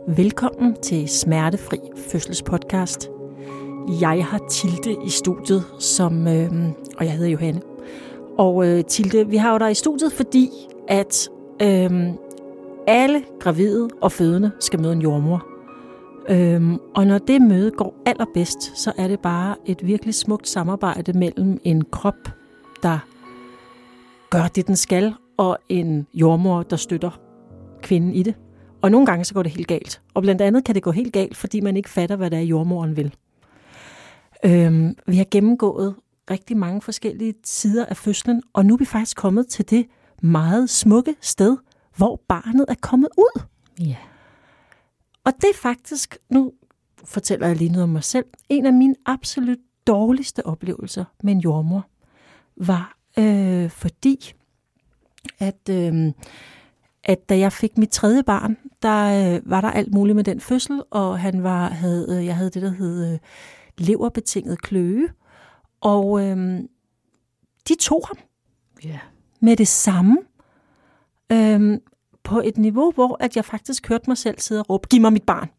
Velkommen til Smertefri Fødselspodcast. Jeg har Tilde i studiet, og jeg hedder Johanne. Og Tilde, vi har jo dig i studiet, fordi at alle gravide og fødende skal møde en jordemoder. Og når det møde går allerbedst, så er det bare et virkelig smukt samarbejde mellem en krop, der gør det, den skal, og en jordemoder, der støtter kvinden i det. Og nogle gange så går det helt galt. Og blandt andet kan det gå helt galt, fordi man ikke fatter, hvad det er, jordemoderen vil. Vi har gennemgået rigtig mange forskellige sider af fødslen, og nu er vi faktisk kommet til det meget smukke sted, hvor barnet er kommet ud. Ja. Og det er faktisk, nu fortæller jeg lige noget om mig selv, en af mine absolut dårligste oplevelser med en jordemoder var fordi, at da jeg fik mit tredje barn, der var der alt muligt med den fødsel, og jeg havde det, der hed leverbetinget kløe, og de tog ham med det samme, på et niveau, hvor at jeg faktisk hørte mig selv sidde og råbe, giv mig mit barn.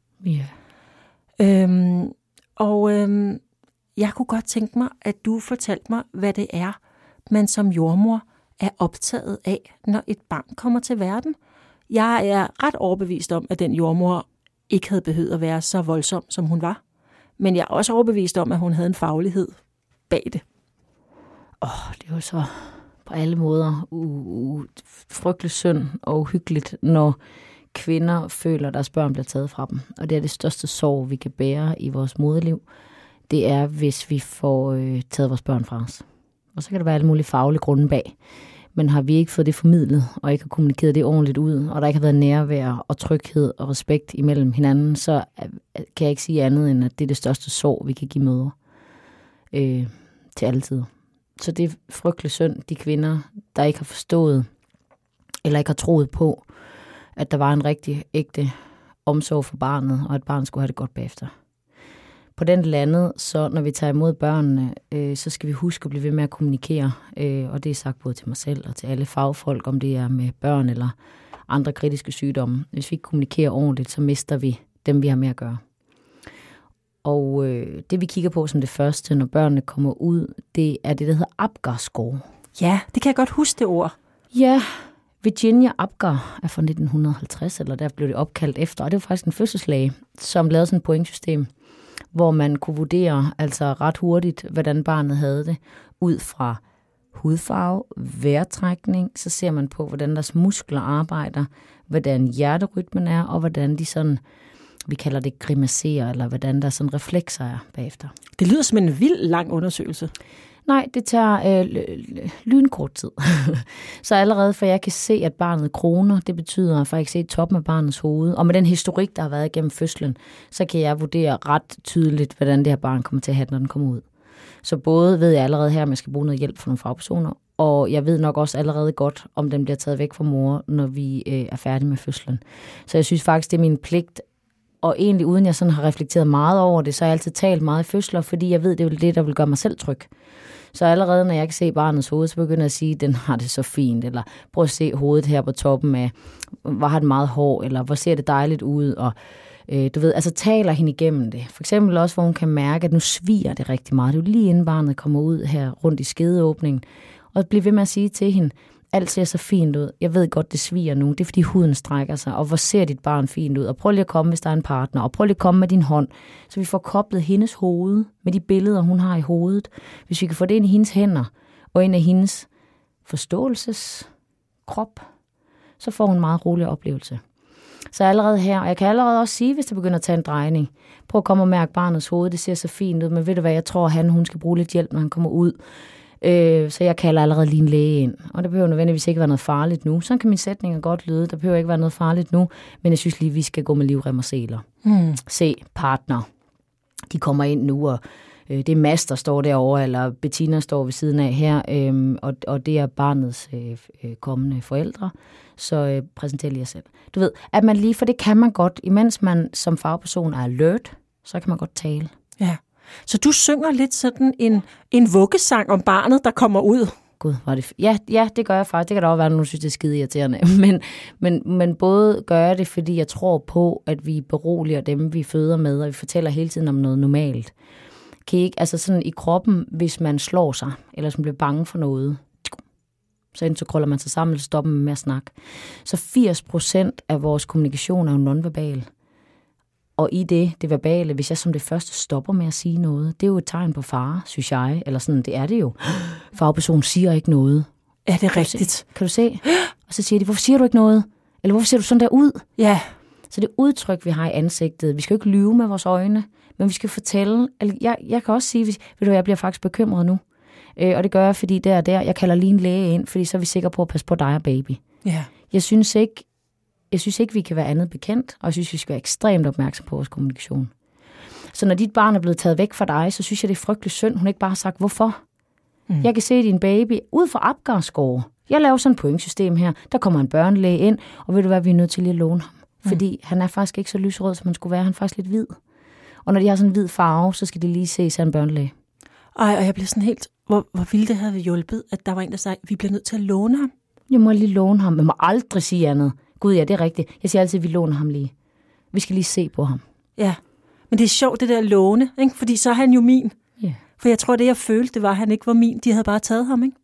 Jeg kunne godt tænke mig, at du fortalte mig, hvad det er, man som jordemor er optaget af, når et barn kommer til verden. Jeg er ret overbevist om, at den jordemor ikke havde behøvet at være så voldsom, som hun var. Men jeg er også overbevist om, at hun havde en faglighed bag det. Det var så på alle måder frygtelig synd og uhyggeligt, når kvinder føler, at deres børn bliver taget fra dem. Og det er det største sorg, vi kan bære i vores moderliv. Det er, hvis vi får taget vores børn fra os. Og så kan der være alle mulige faglige grunde bag. Men har vi ikke fået det formidlet, og ikke har kommunikeret det ordentligt ud, og der ikke har været nærvær og tryghed og respekt imellem hinanden, så kan jeg ikke sige andet, end at det er det største sorg, vi kan give mødre til alle tider. Så det er frygtelig synd, de kvinder, der ikke har forstået, eller ikke har troet på, at der var en rigtig ægte omsorg for barnet, og at barnet skulle have det godt bagefter. På den landet, så når vi tager imod børnene, så skal vi huske at blive ved med at kommunikere, og det er sagt både til mig selv og til alle fagfolk, om det er med børn eller andre kritiske sygdomme. Hvis vi ikke kommunikerer ordentligt, så mister vi dem, vi har med at gøre. Og det vi kigger på som det første, når børnene kommer ud, det er det, der hedder Apgar-score. Ja, det kan jeg godt huske det ord. Ja, Virginia Apgar er fra 1950, eller der blev det opkaldt efter, og det var faktisk en fødselslæge, som lavede sådan et pointsystem, hvor man kunne vurdere altså ret hurtigt, hvordan barnet havde det, ud fra hudfarve, vejrtrækning, så ser man på, hvordan deres muskler arbejder, hvordan hjerterytmen er, og hvordan de sådan, vi kalder det grimaserer, eller hvordan der sådan reflekser er bagefter. Det lyder som en vild lang undersøgelse. Nej, det tager lynkort tid. Så allerede for jeg kan se, at barnet kroner, det betyder, at jeg kan se toppen af barnets hoved. Og med den historik, der har været igennem fødslen, så kan jeg vurdere ret tydeligt, hvordan det her barn kommer til at have, når den kommer ud. Så både ved jeg allerede her, om jeg skal bruge noget hjælp fra nogle fagpersoner, og jeg ved nok også allerede godt, om den bliver taget væk fra mor, når vi er færdige med fødslen. Så jeg synes faktisk, det er min pligt, og egentlig uden jeg sådan har reflekteret meget over det, så har jeg altid talt meget i fødsler, fordi jeg ved, det er det, der vil gøre mig selv tryg. Så allerede, når jeg kan se barnets hoved, så begynder jeg at sige, at den har det så fint, eller prøv at se hovedet her på toppen af, hvor har det meget hår, eller hvor ser det dejligt ud, og du ved, altså taler hende igennem det. For eksempel også, hvor hun kan mærke, at nu sviger det rigtig meget. Det er jo lige inden barnet kommer ud her rundt i skedeåbningen, og blive ved med at sige til hende, alt ser så fint ud. Jeg ved godt, det sviger nu. Det er, fordi huden strækker sig. Og hvor ser dit barn fint ud? Og prøv lige at komme, hvis der er en partner. Og prøv lige at komme med din hånd. Så vi får koblet hendes hoved med de billeder, hun har i hovedet. Hvis vi kan få det ind i hendes hænder og ind i hendes forståelseskrop, så får hun en meget rolig oplevelse. Så allerede her, og jeg kan allerede også sige, hvis det begynder at tage en drejning, prøv at komme og mærke barnets hoved. Det ser så fint ud. Men ved du hvad, jeg tror, hun skal bruge lidt hjælp, når han kommer ud. Så jeg kalder allerede lige en læge ind. Og det behøver nødvendigvis ikke være noget farligt nu. Sådan kan mine sætninger godt lyde. Der behøver ikke være noget farligt nu. Men jeg synes lige, vi skal gå med livrem og seler. Se, partner. De kommer ind nu, og det er Mads, der står derovre, eller Bettina står ved siden af her. Og det er barnets kommende forældre. Så præsenter lige jer selv. Du ved, at man lige, for det kan man godt, imens man som fagperson er alert, så kan man godt tale. Ja. Så du synger lidt sådan en vuggesang om barnet, der kommer ud. Gud, var det... Ja, det gør jeg faktisk. Det kan da også være, at nogen synes, det er skide irriterende. Men både gør jeg det, fordi jeg tror på, at vi beroliger dem, vi føder med, og vi fortæller hele tiden om noget normalt. Kan I ikke, altså sådan i kroppen, hvis man slår sig, eller hvis man bliver bange for noget, så enten så krøller man sig sammen, eller stopper man med at snakke. Så 80% af vores kommunikation er jo nonverbal. Og i det verbale, hvis jeg som det første stopper med at sige noget, det er jo et tegn på fare, synes jeg. Eller sådan, det er det jo. Fagpersonen siger ikke noget. Er det rigtigt? Kan du se? Og så siger de, hvorfor siger du ikke noget? Eller hvorfor ser du sådan der ud? Ja. Så det udtryk, vi har i ansigtet, vi skal jo ikke lyve med vores øjne, men vi skal fortælle. Jeg kan også sige, ved du, jeg bliver faktisk bekymret nu. Og det gør jeg, fordi jeg kalder lige en læge ind, fordi så er vi sikre på at passe på dig og baby. Ja. Jeg synes ikke, vi kan være andet bekendt, og jeg synes, vi skal være ekstremt opmærksom på vores kommunikation. Så når dit barn er blevet taget væk fra dig, så synes jeg, det er frygtelig synd, hun ikke bare har sagt, hvorfor. Jeg kan se din baby ud fra Apgarskov. Jeg laver sådan et pointsystem her. Der kommer en børnelæge ind, og ved du hvad, vi er nødt til lige at låne ham. Fordi han er faktisk ikke så lysrød, som han skulle være. Han er faktisk lidt hvid. Og når de har sådan en hvid farve, så skal de lige se sig en børnelæge. Ej, og jeg bliver sådan helt... Hvor ville det have hjulpet, at der var en, der sagde, vi bliver nødt til at låne ham? Jeg må lige låne ham. Jeg må aldrig sige andet. Gud, ja, det er rigtigt. Jeg siger altid, at vi låner ham lige. Vi skal lige se på ham. Ja, men det er sjovt, det der låne, ikke? Fordi så er han jo min. Ja. For jeg tror, det jeg følte, det var, at han ikke var min. De havde bare taget ham, ikke?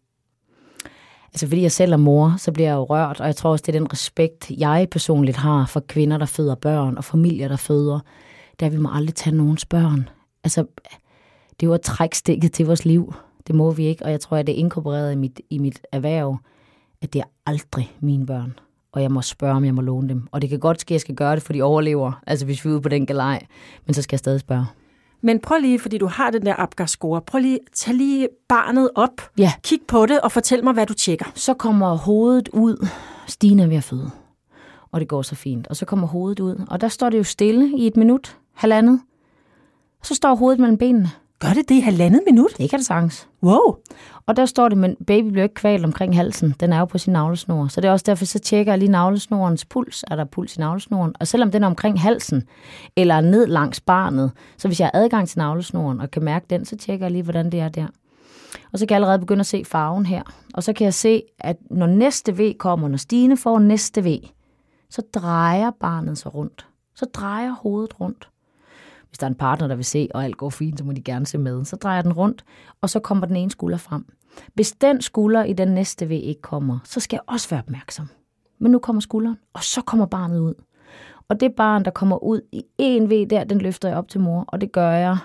Altså, fordi jeg selv er mor, så bliver jeg jo rørt, og jeg tror også, det er den respekt, jeg personligt har for kvinder, der føder børn, og familier, der føder, der vi må aldrig tage nogens børn. Altså, det er jo at trække stikket til vores liv. Det må vi ikke, og jeg tror, at det er inkorporeret i mit erhverv, at det er aldrig mine børn. Og jeg må spørge, om jeg må låne dem. Og det kan godt ske, at jeg skal gøre det, for de overlever. Altså, hvis vi er ude på den galej. Men så skal jeg stadig spørge. Men prøv lige, fordi du har den der Apgar-score. Prøv lige, tag lige barnet op. Ja. Kig på det og fortæl mig, hvad du tjekker. Så kommer hovedet ud. Stine er ved at føde. Og det går så fint. Og så kommer hovedet ud. Og der står det jo stille i 1 minut, halvandet. Så står hovedet mellem benene. Gør det i 1,5 minut? Det kan det sagtens. Wow. Og der står det, men baby bliver ikke kvalt omkring halsen. Den er jo på sin navlesnor. Så det er også derfor, så tjekker jeg lige navlesnorens puls. Er der puls i navlesnoren? Og selvom den er omkring halsen, eller ned langs barnet, så hvis jeg har adgang til navlesnoren og kan mærke den, så tjekker jeg lige, hvordan det er der. Og så kan jeg allerede begynde at se farven her. Og så kan jeg se, at når næste V kommer, når Stine får næste V, så drejer barnet sig rundt. Så drejer hovedet rundt. Hvis der er en partner, der vil se, og alt går fint, så må de gerne se med. Så drejer den rundt, og så kommer den ene skulder frem. Hvis den skulder i den næste V ikke kommer, så skal jeg også være opmærksom. Men nu kommer skulderen, og så kommer barnet ud. Og det barn, der kommer ud i en V der, den løfter jeg op til mor, og det gør jeg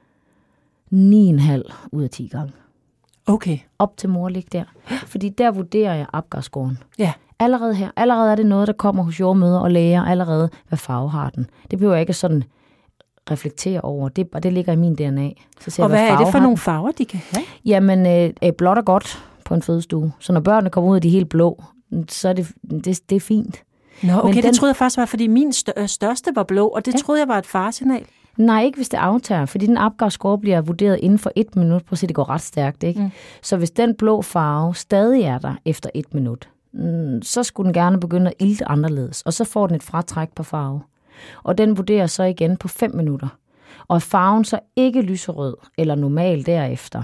9,5 ud af 10 gange. Okay. Op til mor ligge der. Fordi der vurderer jeg Apgar-scoren. Ja. Allerede her. Allerede er det noget, der kommer hos jordmødre og læger. Allerede, hvad farve har den. Det behøver jeg ikke sådan reflektere over. Det ligger i min DNA. Så ser og jeg, hvad er det for nogle farver, de kan have? Jamen, blåt er godt på en fødestue. Så når børnene kommer ud, og de er helt blå, så er det er fint. Nå, okay, det troede jeg faktisk var, fordi min største var blå, og det troede jeg var et faresignal. Nej, ikke hvis det aftager, fordi den Apgar-score bliver vurderet inden for 1 minut. Prøv at se, det går ret stærkt, ikke? Mm. Så hvis den blå farve stadig er der efter 1 minut, så skulle den gerne begynde at ilte anderledes, og så får den et fratræk på farve. Og den vurderer så igen på 5 minutter. Og farven så ikke lyserød eller normal derefter,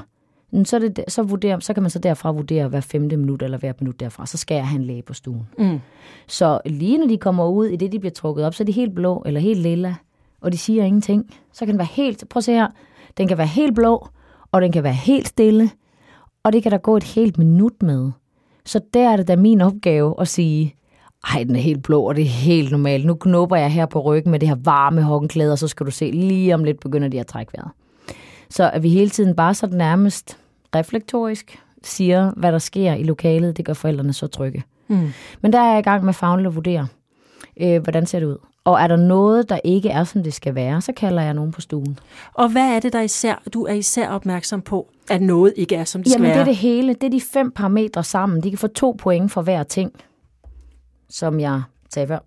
så kan man så derfra vurdere hver 5. minut eller hver minut derfra. Så skal jeg have en læge på stuen. Mm. Så lige når de kommer ud, i det de bliver trukket op, så er de helt blå eller helt lilla, og de siger ingenting. Så kan den være helt, prøv at se her, den kan være helt blå, og den kan være helt stille, og det kan der gå et helt minut med. Så der er det da min opgave at sige, ej, den er helt blå, og det er helt normalt. Nu knupper jeg her på ryggen med det her varme håndklæde, og så skal du se, lige om lidt begynder de at trække vejret. Så at vi hele tiden bare så nærmest reflektorisk siger, hvad der sker i lokalet, det gør forældrene så trygge. Mm. Men der er jeg i gang med fagligt at vurdere, hvordan ser det ud. Og er der noget, der ikke er, som det skal være, så kalder jeg nogen på stuen. Og hvad er det, du er især opmærksom på, at noget ikke er, som det skal være? Jamen, det er det hele. Det er de 5 parametre sammen. De kan få 2 point for hver ting, som jeg sagde før.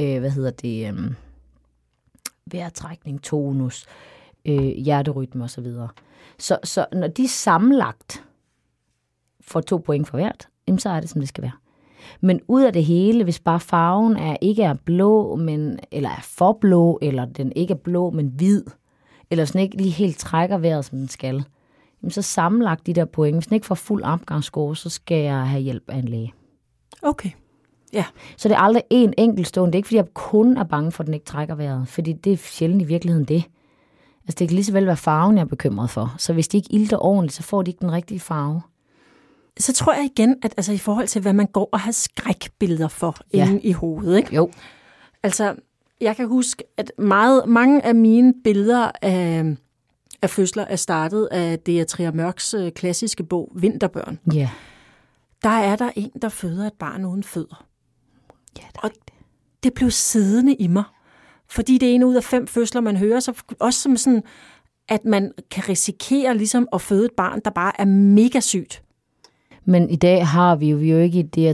Vejrtrækning, tonus, hjerterytme osv. Så når de sammenlagt får 2 point for hvert, så er det, som det skal være. Men ud af det hele, hvis bare farven ikke er blå, eller er for blå, eller den ikke er blå, men hvid, eller sådan ikke lige helt trækker vejret, som den skal, jamen, så sammenlagt de der point. Hvis den ikke får fuld opgangsscore, så skal jeg have hjælp af en læge. Okay, ja. Så det er aldrig en enkeltstående. Det er ikke, fordi jeg kun er bange for, at den ikke trækker vejret. Fordi det er sjældent i virkeligheden det. Altså, det kan lige så vel være farven, jeg er bekymret for. Så hvis de ikke ilter ordentligt, så får de ikke den rigtige farve. Så tror jeg igen, at altså, i forhold til, hvad man går og har skrækbilleder for inde i hovedet, ikke? Jo. Altså, jeg kan huske, at mange af mine billeder af fødsler er startet af Dea Trier Mørks klassiske bog, Vinterbørn. Ja. Der er der en, der føder et barn uden fødder. Ja, og det blev siddende i mig. Fordi det er en ud af 5 fødsler, man hører, så også som sådan, at man kan risikere ligesom at føde et barn, der bare er mega sygt. Men i dag har vi jo ikke i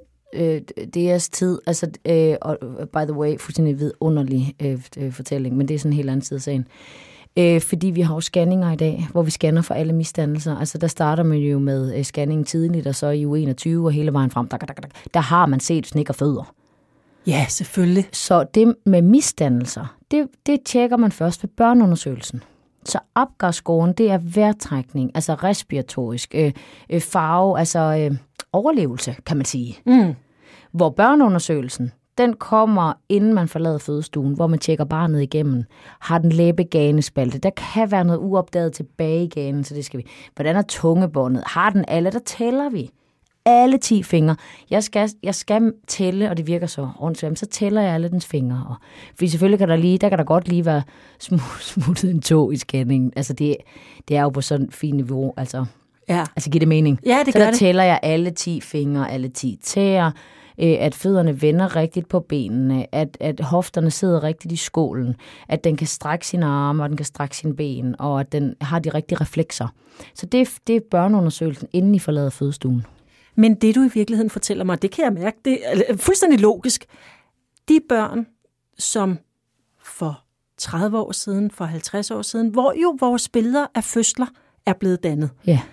deres tid, altså, og by the way, fuldstændig vidunderlig fortælling, men det er sådan en helt anden side af sagen. Fordi vi har jo scanninger i dag, hvor vi scanner for alle misdannelser. Altså der starter man jo med scanningen tidligt, og så i uge 21 og hele vejen frem. Der har man set snik og fødder. Ja, selvfølgelig. Så det med misdannelser, det tjekker man først ved børneundersøgelsen. Så opgangsscoren, det er vejrtrækning, altså respiratorisk, farve, altså overlevelse, kan man sige. Mm. Hvor børneundersøgelsen, den kommer, inden man forlader fødestuen, hvor man tjekker barnet igennem. Har den læbeganespalte? Der kan være noget uopdaget tilbage i ganen, så det skal vi. Hvordan er tungebåndet? Har den alle? Der tæller vi. Alle 10 fingre. Jeg skal tælle, og det virker så ordentligt, så tæller jeg alle dens fingre. Og, fordi selvfølgelig kan der godt lige være smuttet en tog i scanningen. Altså det er jo på sådan et fint niveau. Altså giver det mening? Ja, det så gør der det. tæller jeg alle 10 fingre, alle 10 tæer, at fødderne vender rigtigt på benene, at hofterne sidder rigtigt i skålen, at den kan strække sine arme, og den kan strække sine ben, og at den har de rigtige reflekser. Så det er børneundersøgelsen, inden I forlader fødestuen. Men det, du i virkeligheden fortæller mig, det kan jeg mærke, det er fuldstændig logisk. De børn, som for 30 år siden, for 50 år siden, hvor jo vores billeder af fødsler er blevet dannet,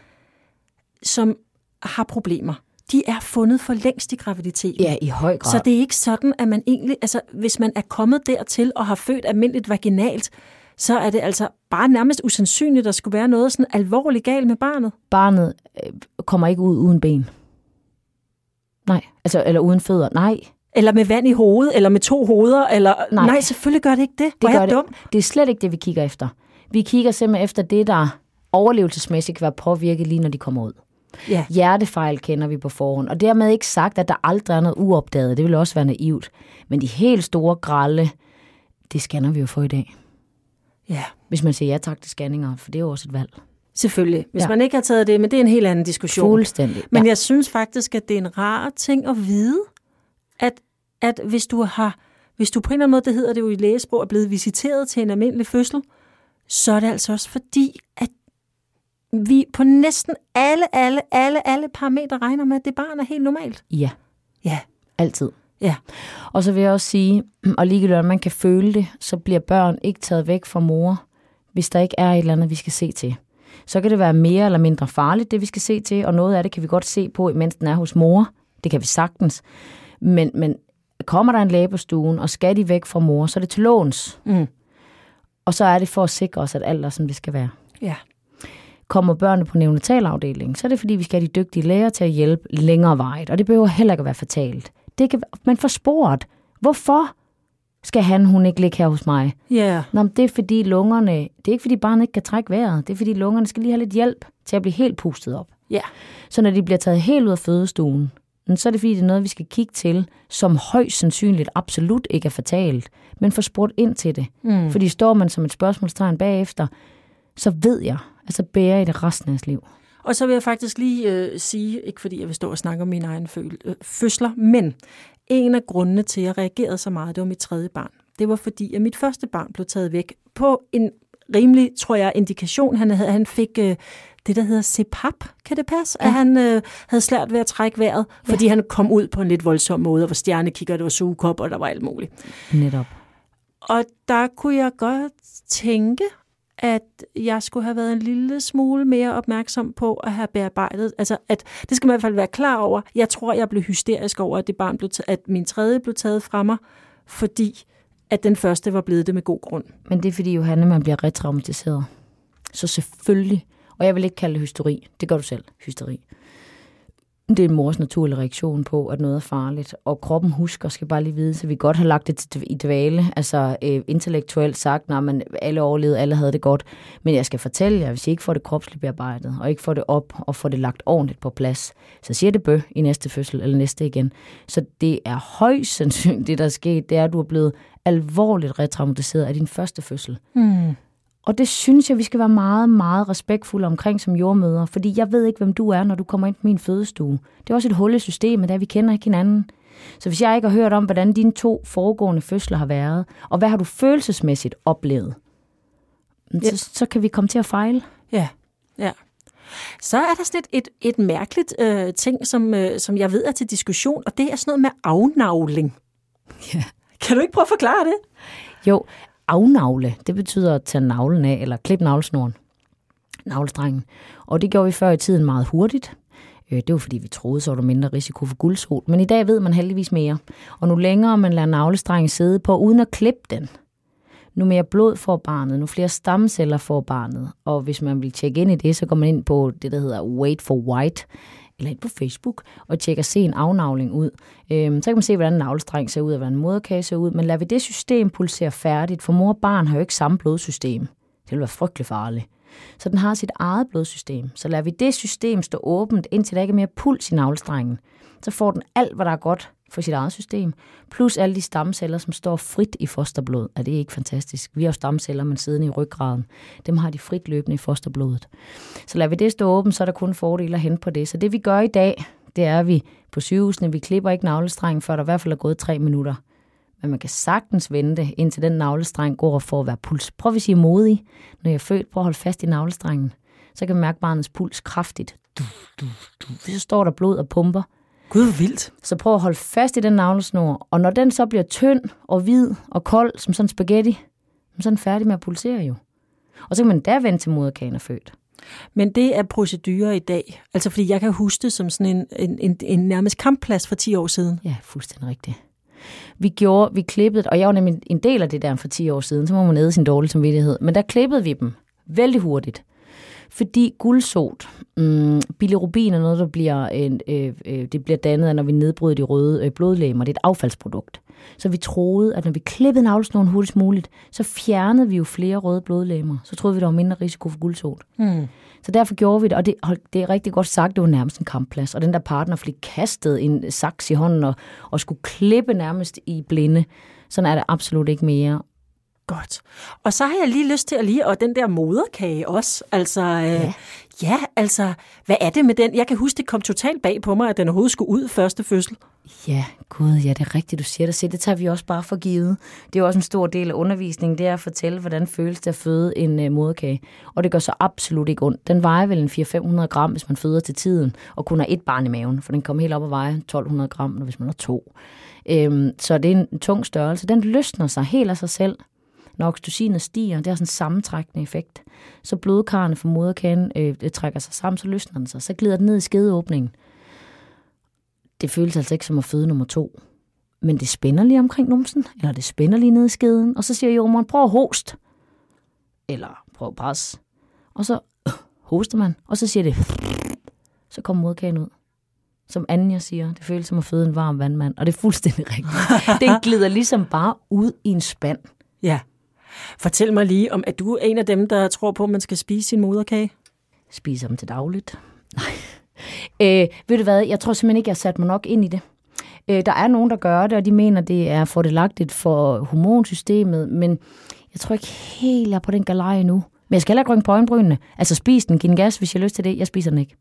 som har problemer, de er fundet for længst i graviditeten. Ja, i høj grad. Så det er ikke sådan, at man egentlig, altså hvis man er kommet dertil og har født almindeligt vaginalt, så er det altså bare nærmest usandsynligt, at der skulle være noget sådan alvorligt galt med barnet. Barnet kommer ikke ud uden ben. Nej, altså, eller uden fødder, nej. Eller med vand i hovedet, eller med 2 hoveder, eller... Nej, selvfølgelig gør det ikke det. Det er dum. Det er slet ikke det, vi kigger efter. Vi kigger simpelthen efter det, der overlevelsesmæssigt kan være påvirket lige, når de kommer ud. Ja. Hjertefejl kender vi på forhånd, og dermed ikke sagt, at der aldrig er noget uopdaget. Det vil også være naivt. Men de helt store grælde, det scanner vi jo for i dag. Ja. Hvis man siger ja tak til scanninger, for det er jo også et valg. Selvfølgelig. Hvis man ikke har taget det, men det er en helt anden diskussion. Fuldstændig. Men jeg synes faktisk, at det er en rar ting at vide, at hvis du på en eller anden måde, det hedder det jo i lægesprog, er blevet visiteret til en almindelig fødsel, så er det altså også fordi, at vi på næsten alle parametre regner med, at det barn er helt normalt. Ja. Ja. Altid. Ja. Og så vil jeg også sige, og ligegyldigt, at man kan føle det, så bliver børn ikke taget væk fra mor, hvis der ikke er et eller andet, vi skal se til. Så kan det være mere eller mindre farligt, det vi skal se til, og noget af det kan vi godt se på, mens den er hos mor. Det kan vi sagtens. Men kommer der en læge på stuen, og skal de væk fra mor, så er det til låns. Mm. Og så er det for at sikre os, at alt er, som det skal være. Ja. Kommer børnene på neonatalafdelingen, så er det fordi, vi skal have de dygtige læger til at hjælpe længerevarigt. Og det behøver heller ikke at være fatalt. Det kan man får spurgt. Hvorfor skal hun ikke ligge her hos mig? Yeah. Nå, men det er fordi lungerne, det er ikke fordi barnet ikke kan trække vejret. Det er fordi lungerne skal lige have lidt hjælp til at blive helt pustet op. Ja. Så når de bliver taget helt ud af fødestuen, så er det fordi, det er noget, vi skal kigge til, som højst sandsynligt absolut ikke er fatalt, men få spurgt ind til det. Mm. Fordi står man som et spørgsmålstegn bagefter, så ved jeg, altså bærer I det resten af hans liv. Og så vil jeg faktisk lige sige, ikke fordi jeg vil stå og snakke om mine egne fødsler, men en af grundene til, at jeg reagerede så meget, det var mit 3. barn. Det var fordi, at mit første barn blev taget væk på en rimelig, tror jeg, indikation. Han fik det, der hedder CPAP, kan det passe? Ja. At han havde svært ved at trække vejret, fordi han kom ud på en lidt voldsom måde, og var stjernekikker, det var sugekop, og der var alt muligt. Netop. Og der kunne jeg godt tænke, at jeg skulle have været en lille smule mere opmærksom på at have bearbejdet. Altså, at det skal man i hvert fald være klar over. Jeg tror, jeg blev hysterisk over, at min 3. blev taget fra mig, fordi at den første var blevet det med god grund. Men det er fordi, Johanne, man bliver retraumatiseret. Så selvfølgelig. Og jeg vil ikke kalde det hysteri. Det gør du selv, hysteri. Det er en mors naturlige reaktion på, at noget er farligt. Og kroppen husker, skal bare lige vide, så vi godt har lagt det i dvale. Altså intellektuelt sagt, nej, men alle overlevede, alle havde det godt. Men jeg skal fortælle jer, hvis I ikke får det kropsligt bearbejdet, og ikke får det op, og får det lagt ordentligt på plads, så siger det bøh i næste fødsel, eller næste igen. Så det er højst sandsynligt, det der er sket, det er, at du er blevet alvorligt retraumatiseret af din første fødsel. Og det synes jeg, vi skal være meget, meget respektfulde omkring som jordmødre, fordi jeg ved ikke, hvem du er, når du kommer ind på min fødestue. Det er også et hul i systemet, der vi kender ikke hinanden. Så hvis jeg ikke har hørt om, hvordan dine 2 foregående fødsler har været, og hvad har du følelsesmæssigt oplevet, så kan vi komme til at fejle. Ja. Så er der sådan et mærkeligt ting, som jeg ved er til diskussion, og det er sådan noget med afnavling. Ja. Kan du ikke prøve at forklare det? Jo, afnavle, det betyder at tage navlen af, eller klippe navlesnoren, navlestrengen. Og det gjorde vi før i tiden meget hurtigt. Det var fordi, vi troede, så var der mindre risiko for guldsot. Men i dag ved man heldigvis mere. Og nu længere man lader navlestrengen sidde på, uden at klippe den, nu mere blod får barnet, nu flere stamceller får barnet. Og hvis man vil tjekke ind i det, så går man ind på det, der hedder Wait for White, eller ind på Facebook, og tjekker se en afnavling ud. Så kan man se, hvordan en navlestreng ser ud, og hvordan en moderkage ser ud. Men lader vi det system pulsere færdigt, for mor og barn har jo ikke samme blodsystem. Det vil være frygtelig farligt. Så den har sit eget blodsystem. Så lader vi det system stå åbent, indtil der ikke er mere puls i navlestrengen. Så får den alt, hvad der er godt for sit eget system, plus alle de stamceller, som står frit i fosterblod. Er det ikke fantastisk? Vi har jo stamceller, men siddende i ryggraden. Dem har de frit løbende i fosterblodet. Så lader vi det stå åbent, så er der kun fordele at hente på det. Så det vi gør i dag, det er, at vi på sygehusene, vi klipper ikke navlestrengen, før der i hvert fald er gået 3 minutter. Men man kan sagtens vente, indtil den navlestreng går for at være puls. Prøv at sige modig, når jeg er født. Prøv at holde fast i navlestrengen. Så kan man mærke barnets puls kraftigt. Så står der blod og pumper. Gud, hvor vildt. Så prøv at holde fast i den navlesnor, og når den så bliver tynd og hvid og kold, som sådan spaghetti, så er den færdig med at pulsere jo. Og så kan man der vente til moderkagen er født. Men det er procedurer i dag. Altså fordi jeg kan huske det som sådan en nærmest kampplads for 10 år siden. Ja, fuldstændig rigtigt. Vi klippede, og jeg var nemlig en del af det der for 10 år siden, så må man æde sin dårlige samvittighed. Men der klippede vi dem vældig hurtigt. Fordi guldsot, bilirubin er noget, der bliver dannet, når vi nedbryder de røde blodlegemer. Det er et affaldsprodukt. Så vi troede, at når vi klippede navlesnoren hurtigst muligt, så fjernede vi jo flere røde blodlegemer. Så troede vi, der var mindre risiko for guldsot. Så derfor gjorde vi det, og det er rigtig godt sagt, det var nærmest en kampplads. Og den der partner fik kastet en saks i hånden og skulle klippe nærmest i blinde. Sådan er det absolut ikke mere. Godt. Og så har jeg lige lyst til og den der moderkage også. Altså, altså, hvad er det med den? Jeg kan huske, det kom totalt bag på mig, at den overhovedet skulle ud første fødsel. Ja, gud, ja, det er rigtigt, du siger det. Se, det tager vi også bare for givet. Det er jo også en stor del af undervisningen, det er at fortælle, hvordan føles det at føde en moderkage. Og det gør så absolut ikke ondt. Den vejer vel en 400-500 gram, hvis man føder til tiden, og kun har 1 barn i maven, for den kommer helt op og vejer 1200 gram, hvis man har 2. Så det er en tung størrelse. Den løsner sig helt af sig selv. Når oxytocinet stiger, det har sådan en sammentrækkende effekt. Så blodkarrene fra moderkagen trækker sig sammen, så løsner den sig. Så glider den ned i skedeåbningen. Det føles altså ikke som at føde nummer 2. Men det spænder lige omkring numsen, eller det spænder lige ned i skeden. Og så siger jordemoderen, prøv at hoste. Eller prøv at presse. Og så hoster man, og så siger det, så kommer moderkagen ud. Som Anja siger, det føles som at føde en varm vandmand. Og det er fuldstændig rigtigt. Den glider ligesom bare ud i en spand. Ja. Fortæl mig lige, om at du er en af dem, der tror på, at man skal spise sin moderkage? Spiser dem til dagligt? Nej. Ved du hvad, jeg tror simpelthen ikke, jeg har sat mig nok ind i det. Der er nogen, der gør det, og de mener, det er fordelagtigt for hormonsystemet, men jeg tror ikke helt, jeg er på den galej endnu. Men jeg skal heller ikke rynke på øjenbrynene. Altså spis den, giv den gas, hvis jeg har lyst til det. Jeg spiser den ikke.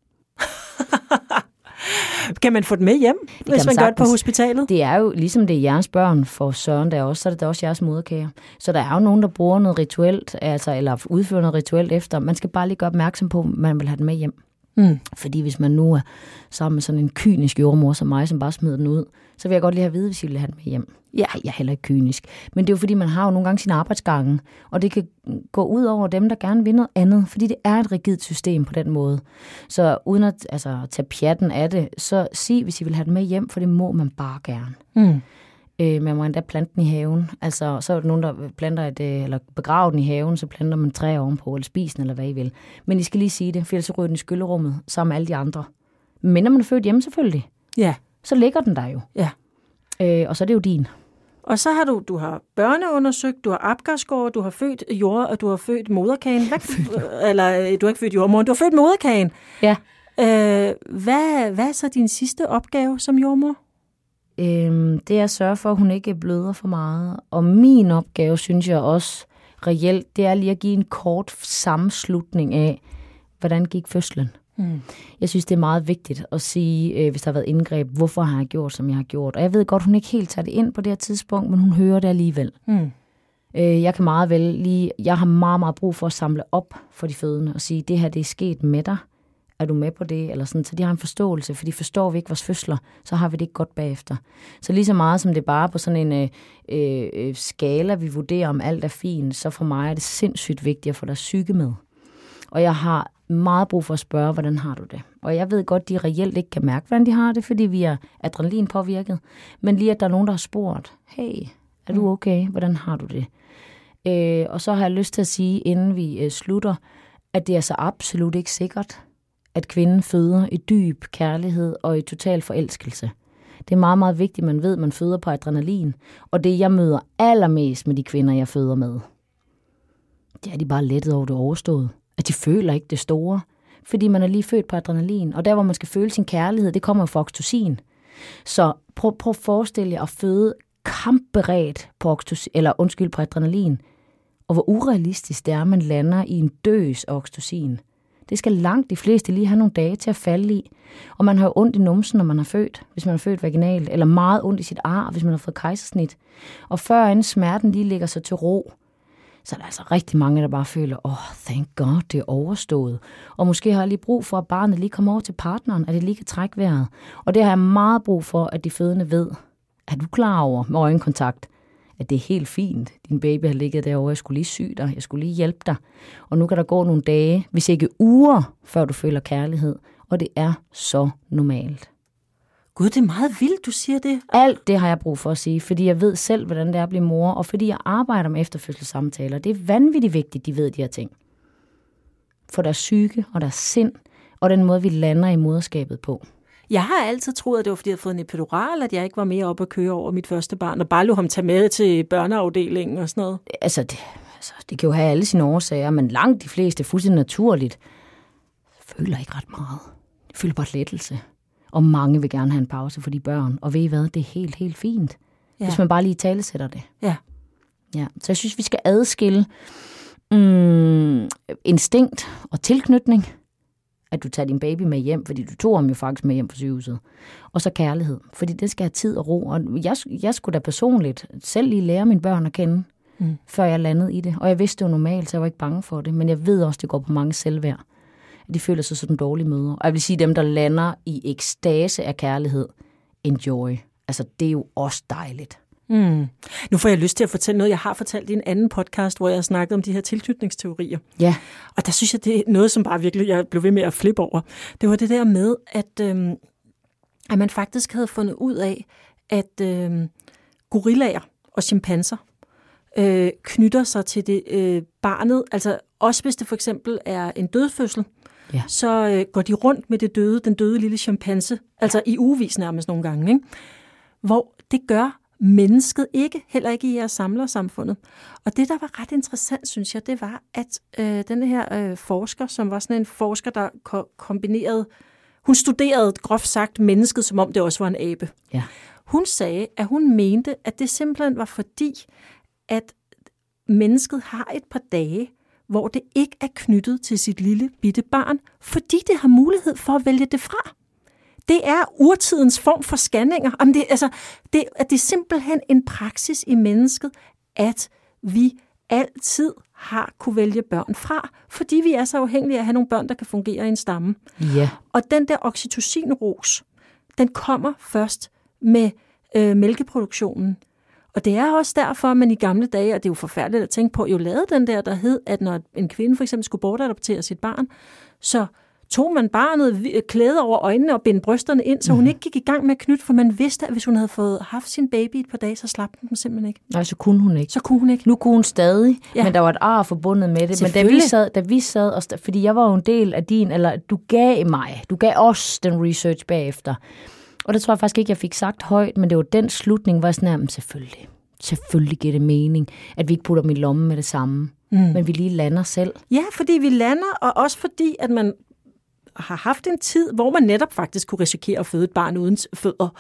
Kan man få den med hjem, hvis man gør det på hospitalet? Det er jo ligesom det er jeres børn for Søren der også, så er det også jeres moderkager. Så der er jo nogen, der bruger noget rituelt, altså, eller udfører noget rituelt efter. Man skal bare lige gøre opmærksom på, at man vil have den med hjem. Fordi hvis man nu er sammen med sådan en kynisk jordmor som mig, som bare smider den ud, så vil jeg godt lige have at vide, hvis I vil have den med hjem. Ja, jeg er heller ikke kynisk. Men det er jo fordi, man har jo nogle gange sine arbejdsgange, og det kan gå ud over dem, der gerne vil noget andet, fordi det er et rigidt system på den måde. Så uden at tage pjatten af det, så sig, hvis I vil have den med hjem, for det må man bare gerne. Man må endda plante den i haven. Altså, så er der nogen, der planter eller begraver den i haven, så planter man træer ovenpå, eller spisen, eller hvad I vil. Men I skal lige sige det, for ellers så ryger den i skyllerummet sammen med alle de andre. Men når man er født hjemme selvfølgelig, Ja. så ligger den der jo. Ja. Og så er det jo din. Og så har du har børneundersøgt, du har apgarskåret, du har født og du har født moderkagen. Eller du har ikke født jordmoren, du har født moderkagen. Ja. Hvad er så din sidste opgave som jordmor? Det er at sørge for, at hun ikke bløder for meget. Og min opgave, synes jeg også reelt, det er lige at give en kort sammenslutning af, hvordan gik fødslen. Jeg synes, det er meget vigtigt at sige, hvis der har været indgreb, hvorfor har jeg gjort, som jeg har gjort. Og jeg ved godt, hun ikke helt tager det ind på det her tidspunkt, men hun hører det alligevel. Jeg kan meget vel lige, jeg har meget, meget brug for at samle op for de fødende og sige, det her det er sket med dig. Er du med på det? Eller sådan, så de har en forståelse, for de forstår vi ikke vores fødsler, så har vi det ikke godt bagefter. Så lige så meget som det bare på sådan en skala, vi vurderer, om alt er fint, så for mig er det sindssygt vigtigt at få deres psyke med. Og jeg har meget brug for at spørge, hvordan har du det? Og jeg ved godt, de reelt ikke kan mærke, hvordan de har det, fordi vi er adrenalin påvirket. Men lige at der er nogen, der har spurgt, hey, er du okay? Hvordan har du det? Og så har jeg lyst til at sige, inden vi slutter, at det er så absolut ikke sikkert, at kvinden føder i dyb kærlighed og i total forelskelse. Det er meget, meget vigtigt, man ved, at man føder på adrenalin. Og det, jeg møder allermest med de kvinder, jeg føder med, det er, de bare lettet over det overstået. At de føler ikke det store, fordi man er lige født på adrenalin. Og der, hvor man skal føle sin kærlighed, det kommer fra oxytocin. Så prøv at forestille jer at føde kampberedt på på adrenalin. Og hvor urealistisk det er, at man lander i en døs af oxytocin. Det skal langt de fleste lige have nogle dage til at falde i. Og man har jo ondt i numsen, når man er født, hvis man er født vaginalt. Eller meget ondt i sit ar, hvis man har fået kejsersnit. Og før inden smerten lige ligger sig til ro, så er der altså rigtig mange, der bare føler, thank God, det er overstået. Og måske har jeg lige brug for, at barnet lige kommer over til partneren, at det lige kan trække vejret. Og det har jeg meget brug for, at de fødende ved. Er du klar over med øjenkontakt, at det er helt fint? Din baby har ligget derovre, jeg skulle lige sy dig, jeg skulle lige hjælpe dig. Og nu kan der gå nogle dage, hvis ikke uger, før du føler kærlighed. Og det er så normalt. Gud, det er meget vildt, du siger det. Alt det har jeg brug for at sige, fordi jeg ved selv, hvordan det er at blive mor, og fordi jeg arbejder med efterfødselssamtaler. Det er vanvittigt vigtigt, de ved de her ting. For deres psyke og deres sind, og den måde, vi lander i moderskabet på. Jeg har altid troet, at det var, fordi jeg havde fået en epidural, at jeg ikke var mere oppe at køre over mit første barn, og bare lå ham tage med til børneafdelingen og sådan noget. Det kan jo have alle sine årsager, men langt de fleste er fuldstændig naturligt. Føler ikke ret meget. Jeg føler bare lettelse. Og mange vil gerne have en pause for de børn. Og ved I hvad? Det er helt, helt fint. Ja. Hvis man bare lige talesætter det. Ja. Så jeg synes, vi skal adskille instinkt og tilknytning. At du tager din baby med hjem, fordi du tog ham jo faktisk med hjem på sygehuset. Og så kærlighed, fordi det skal have tid og ro. Og jeg skulle da personligt selv lige lære mine børn at kende, før jeg landede i det. Og jeg vidste det var normalt, så jeg var ikke bange for det. Men jeg ved også, det går på mange selvværd. De føler sig sådan dårlige mødre. Og jeg vil sige, dem, der lander i ekstase af kærlighed, enjoy. Altså, det er jo også dejligt. Nu får jeg lyst til at fortælle noget, jeg har fortalt i en anden podcast, hvor jeg har snakket om de her tilknytningsteorier. Ja. Og der synes jeg, det er noget, som bare virkelig, jeg blev ved med at flippe over. Det var det der med, at man faktisk havde fundet ud af, at gorillaer og chimpanser knytter sig til det barnet. Altså også hvis det for eksempel er en dødfødsel, så går de rundt med den døde lille chimpanse, altså i ugevis nærmest nogle gange, ikke? Hvor det gør mennesket ikke, heller ikke i jeres samlersamfundet. Og det, der var ret interessant, synes jeg, det var, at den her forsker, som var sådan en forsker, der kombinerede, hun studerede groft sagt mennesket, som om det også var en abe. Ja. Hun sagde, at hun mente, at det simpelthen var fordi, at mennesket har et par dage, hvor det ikke er knyttet til sit lille bitte barn, fordi det har mulighed for at vælge det fra. Det er urtidens form for scanninger. Det er simpelthen en praksis i mennesket, at vi altid har kunne vælge børn fra, fordi vi er så afhængige af at have nogle børn, der kan fungere i en stamme. Ja. Og den der oxytocinros, den kommer først med mælkeproduktionen. Og det er også derfor, at man i gamle dage, og det er jo forfærdeligt at tænke på, jo lavede den der hed, at når en kvinde for eksempel skulle bortadoptere sit barn, så tog man barnet klæde over øjnene og binde brysterne ind, så hun ikke gik i gang med at knytte, for man vidste, at hvis hun havde haft sin baby et par dage, så slap den simpelthen ikke. Nej, så kunne hun ikke. Nu kunne hun stadig, men der var et ar forbundet med det. Men da vi sad fordi jeg var jo en del af du gav os den research bagefter. Og det tror jeg faktisk ikke, jeg fik sagt højt, men det var den slutning, hvor jeg sådan, selvfølgelig giver det mening, at vi ikke putter dem i lommen med det samme. Men vi lige lander selv. Ja, fordi vi lander, og også fordi, at man har haft en tid, hvor man netop faktisk kunne risikere at føde et barn uden fødder.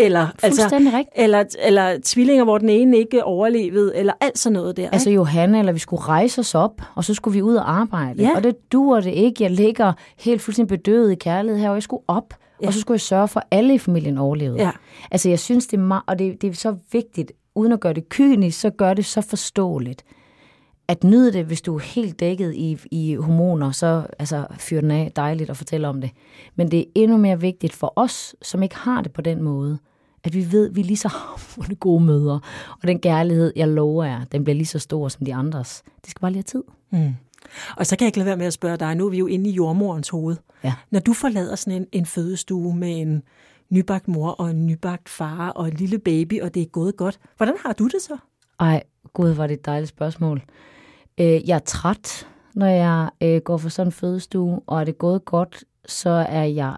Eller tvillinger, hvor den ene ikke overlevede, eller alt sådan noget der. Altså Johanne, eller vi skulle rejse os op, og så skulle vi ud og arbejde. Ja. Og det duer det ikke. Jeg ligger helt fuldstændig bedøvet i kærlighed her, og jeg skulle op. Ja. Og så skulle jeg sørge for, at alle i familien overlevede. Ja. Altså jeg synes, det er meget, og det er så vigtigt, uden at gøre det kynisk, så gør det så forståeligt. At nyde det, hvis du er helt dækket i hormoner, så fyr den af, dejligt at fortælle om det. Men det er endnu mere vigtigt for os, som ikke har det på den måde, at vi ved, at vi er lige så hamrende gode mødre. Og den kærlighed, jeg lover jer, den bliver lige så stor som de andres. Det skal bare lige have tid. Og så kan jeg ikke lade være med at spørge dig, nu er vi jo inde i jordmorens hoved. Ja. Når du forlader sådan en fødestue med en nybagt mor og en nybagt far og en lille baby, og det er gået godt, hvordan har du det så? Ej, gud, var det et dejligt spørgsmål. Jeg er træt, når jeg går for sådan en fødestue, og er det gået godt, så er jeg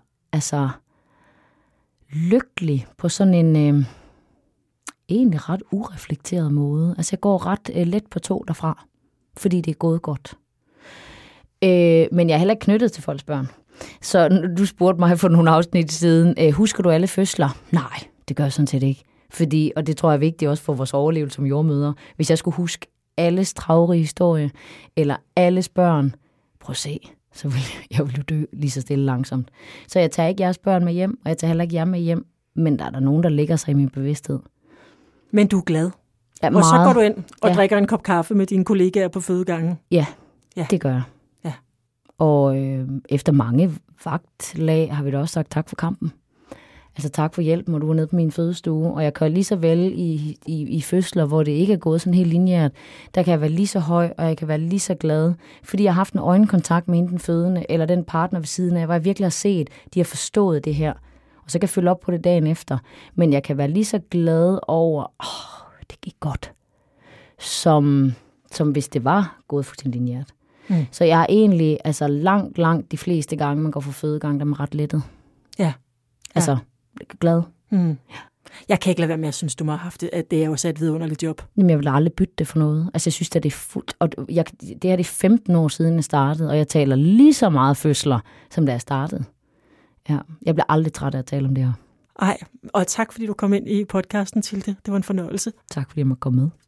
lykkelig på sådan en egentlig ret ureflekteret måde. Altså jeg går ret let på tå derfra, fordi det er gået godt. Men jeg er heller ikke knyttet til folks børn. Så du spurgte mig for nogle afsnit siden, husker du alle fødsler? Nej, det gør jeg sådan set ikke. Fordi, og det tror jeg er vigtigt også for vores overlevelse som jordmødre, hvis jeg skulle huske alles traurige historie, eller alles børn, prøv at se, så vil jeg jo dø lige så stille langsomt. Så jeg tager ikke jeres børn med hjem, og jeg tager heller ikke jer med hjem, men der er nogen, der ligger sig i min bevidsthed. Men du er glad? Ja, og så går du ind og drikker en kop kaffe med dine kollegaer på fødegangen? Ja, det gør jeg. Ja. Og efter mange vagtlag har vi da også sagt tak for kampen. Altså tak for hjælpen, og du var nede på min fødestue. Og jeg kan lige så vel i fødsler, hvor det ikke er gået sådan helt lineært, der kan jeg være lige så høj, og jeg kan være lige så glad. Fordi jeg har haft en øjenkontakt med den fødende, eller den partner ved siden af, hvor jeg virkelig har set, de har forstået det her. Og så kan jeg følge op på det dagen efter. Men jeg kan være lige så glad over, det gik godt, som hvis det var gået fuldstændig lineært. Så jeg er egentlig langt de fleste gange, man går for fødegang, der er ret lettet. Ja. Altså, glad. Ja. Jeg kan ikke lade være med at synes, du må have haft det, at det er jo så et vidunderligt job. Jamen, jeg vil aldrig bytte det for noget. Altså, jeg synes, at det er fuldt. Og det er det 15 år siden, jeg startede, og jeg taler lige så meget fødsler, som da jeg startede. Ja, jeg bliver aldrig træt af at tale om det her. Ej, og tak fordi du kom ind i podcasten, Tilde. Det var en fornøjelse. Tak fordi jeg måtte komme med.